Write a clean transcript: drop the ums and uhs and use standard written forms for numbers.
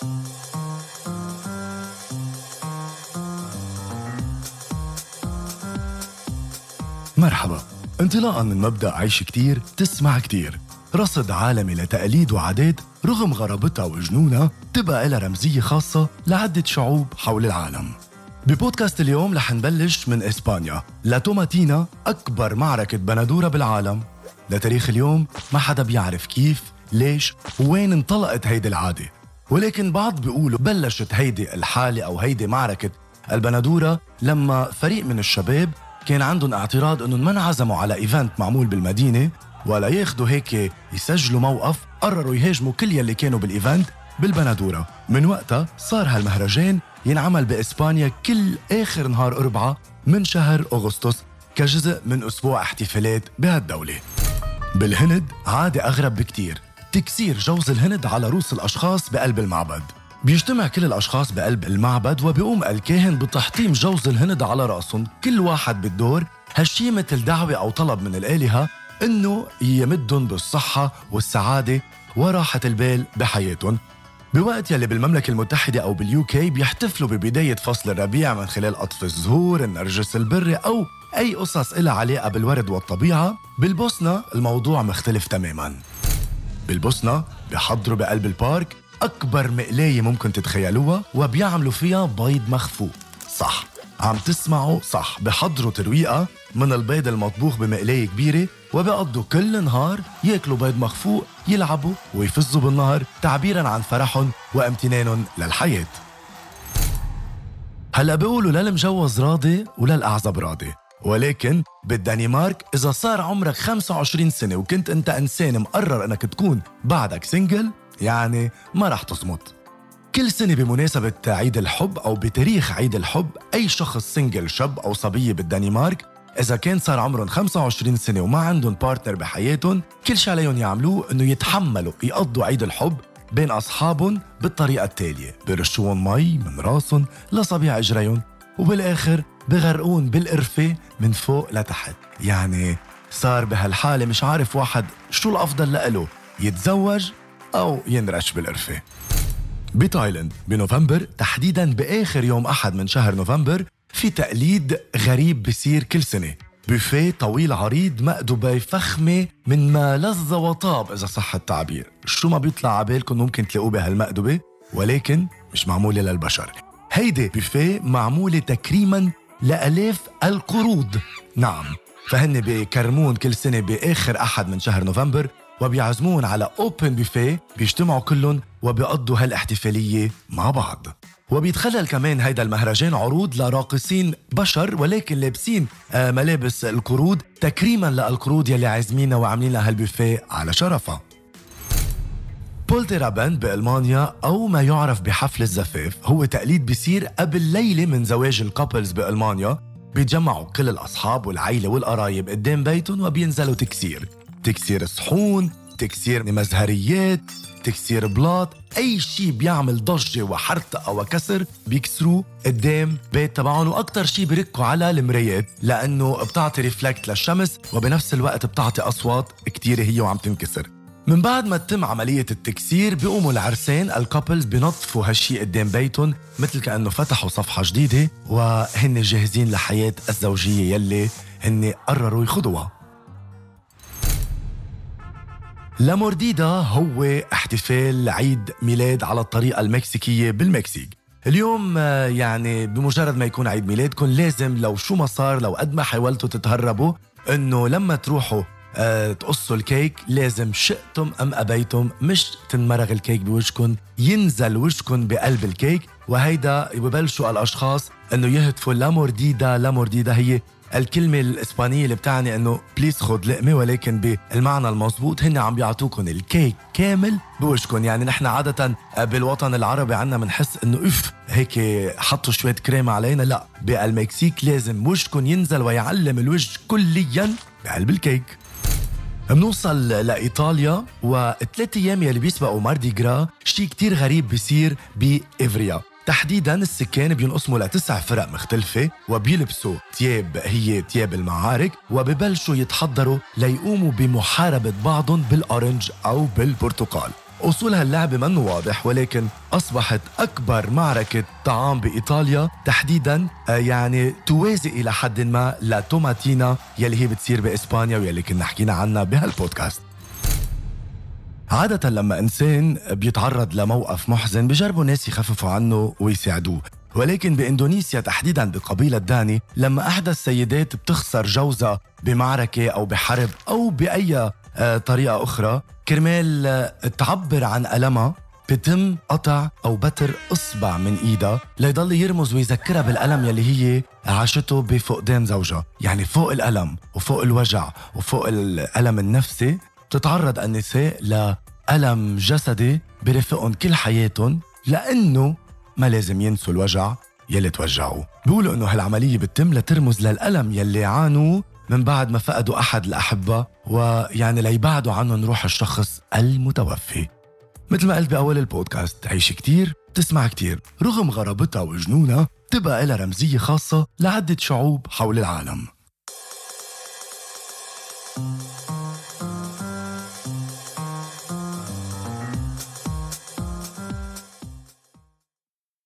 مرحبا. انطلاقا من مبدأ عيش كتير تسمع كتير، رصد عالمي لتقاليد وعادات رغم غرابتها وجنونها تبقى لها رمزية خاصة لعدة شعوب حول العالم. ببودكاست اليوم رح نبلش من إسبانيا لتوماتينا، أكبر معركة بندورة بالعالم. لتاريخ اليوم ما حدا بيعرف كيف، ليش، وين انطلقت هيدي العادة، ولكن بعض بيقولوا بلشت هيدي الحالة أو هيدي معركة البندورة لما فريق من الشباب كان عندهم اعتراض انهم ما انعزموا على ايفنت معمول بالمدينة ولا ياخدوا هيك يسجلوا موقف، قرروا يهاجموا كل يلي كانوا بالايفنت بالبندورة. من وقتها صار هالمهرجان ينعمل بإسبانيا كل آخر نهار أربعة من شهر أغسطس كجزء من أسبوع احتفالات بهالدولة. بالهند عادة أغرب بكتير، تكسير جوز الهند على رؤوس الأشخاص بقلب المعبد. بيجتمع كل الأشخاص بقلب المعبد وبيقوم الكاهن بتحطيم جوز الهند على رأسهم، كل واحد بالدور. هالشي مثل دعوة أو طلب من الآلهة إنه يمدهم بالصحة والسعادة وراحة البال بحياتهم. بوقت يلي بالمملكة المتحدة أو باليو كي بيحتفلوا ببداية فصل الربيع من خلال قطف الزهور، النرجس البري أو أي قصص إلها علاقة بالورد والطبيعة، بالبوسنة الموضوع مختلف تماماً. بالبوسنة بيحضروا بقلب البارك أكبر مقلاية ممكن تتخيلوها وبيعملوا فيها بيض مخفوق. صح، عم تسمعوا صح، بيحضروا ترويقة من البيض المطبوخ بمقلاية كبيرة وبيقضوا كل نهار ياكلوا بيض مخفوق، يلعبوا ويفزوا بالنهر تعبيراً عن فرحهم وامتنانهم للحياة. هلأ بيقولوا لا المجوز راضي ولا الأعزب راضي، ولكن بالدنمارك إذا صار عمرك 25 سنة وكنت أنت إنسان مقرر أنك تكون بعدك سنجل، يعني ما رح تصمت. كل سنة بمناسبة عيد الحب أو بتاريخ عيد الحب، أي شخص سنجل شاب أو صبية بالدنمارك إذا كان صار عمرهم 25 سنة وما عندهم بارتنر بحياتهم، كل شي عليهم يعملوه إنه يتحملوا يقضوا عيد الحب بين أصحابهم بالطريقة التالية: برشوهم مي من راسهم لصبيع إجريهم، وبالآخر بغرقون بالقرفة من فوق لتحت. يعني صار بهالحالة مش عارف واحد شو الأفضل لإله، يتزوج أو ينرش بالقرفة. بتايلاند بنوفمبر تحديداً بآخر يوم أحد من شهر نوفمبر في تقليد غريب بيصير كل سنة: بوفيه طويل عريض مأدبة فخمة من ما لذ وطاب إذا صح التعبير. شو ما بيطلع عبالكم ممكن تلاقوه بهالمأدبة، ولكن مش معمولة للبشر. هيدي بوفيه معمولة تكريماً لآلاف القرود. نعم، فهن بيكرمون كل سنة بآخر أحد من شهر نوفمبر وبيعزمون على أوبن بوفيه، بيجتمعوا كلهم وبيقضوا هالاحتفالية مع بعض. وبيتخلل كمان هيدا المهرجان عروض لراقصين بشر ولكن لابسين ملابس القرود تكريما للقرود يلي عازمينها وعاملين لها هالبوفيه على شرفها. بولترابند بألمانيا أو ما يعرف بحفل الزفاف هو تقليد بيصير قبل ليلة من زواج الكابلز بألمانيا. بيتجمعوا كل الأصحاب والعيلة والقرايب قدام بيتهم وبينزلوا تكسير صحون، تكسير مزهريات، تكسير بلاط، أي شي بيعمل ضجة وحرطة وكسر بيكسروه قدام بيت تبعهم. وأكتر شي بيركوا على المرايات لأنه بتعطي ريفلكت للشمس وبنفس الوقت بتعطي أصوات كتير هي وعم تنكسر. من بعد ما تتم عملية التكسير بيقوموا العرسان الكابلز بنظفوا هالشي قدام بيتهم مثل كأنه فتحوا صفحة جديدة وهن جاهزين لحياة الزوجية يلي هن قرروا يخضوها. لا مورديدا هو احتفال عيد ميلاد على الطريقة المكسيكية بالمكسيك. اليوم يعني بمجرد ما يكون عيد ميلادكم لازم لو شو ما صار، لو قد ما حاولتوا تتهربوا، انه لما تروحوا تقصوا الكيك لازم شئتم أم أبيتم مش تنمرغ الكيك بوجهكم، ينزل وجهكم بقلب الكيك. وهيدا ببلشوا الأشخاص أنه يهتفوا لا مورديدا. لا مورديدا هي الكلمة الإسبانية اللي بتعني أنه بليز خد لقمة، ولكن بالمعنى المضبوط هن عم بيعطوكم الكيك كامل بوجهكم. يعني نحن عادة بالوطن العربي عنا منحس أنه هيك حطوا شوية كريم علينا، لا، بالمكسيك لازم وجهكم ينزل ويعلم الوجه كليا بقلب الكيك. منوصل لإيطاليا و3 أيام يلي بيسبقوا ماردي غرا شي كتير غريب بيصير بإيفريا. تحديداً السكان بينقسموا ل9 فرق مختلفة وبيلبسوا تياب هي تياب المعارك وببلشوا يتحضروا ليقوموا بمحاربة بعضهم بالأورنج أو بالبرتقال. أصول هاللعبة منه واضح، ولكن أصبحت أكبر معركة طعام بإيطاليا تحديداً، يعني توازي إلى حد ما لتوماتينا يلي هي بتصير بإسبانيا ويلي كنا حكينا عنها بهالبودكاست. عادة لما إنسان بيتعرض لموقف محزن بجربوا ناس يخففوا عنه ويساعدوه، ولكن بإندونيسيا تحديداً بقبيلة داني لما أحدى السيدات بتخسر جوزها بمعركة أو بحرب أو بأي طريقة أخرى، كرمال تعبر عن ألمها بتم قطع أو بتر إصبع من إيدها ليضل يرمز ويذكرها بالألم يلي هي عاشته بفقدان زوجها. يعني فوق الألم وفوق الوجع وفوق الألم النفسي تتعرض النساء لألم جسدي برفقهم كل حياتهم، لأنه ما لازم ينسوا الوجع يلي توجعوا. بيقولوا إنه هالعملية بتتم لترمز للألم يلي عانوا من بعد ما فقدوا أحد الأحبة، ويعني ليبعدوا عنهم روح الشخص المتوفي. مثل ما قلت بأول البودكاست، عيش كتير تسمع كتير، رغم غرابتها وجنونها تبقى لها رمزية خاصة لعدة شعوب حول العالم.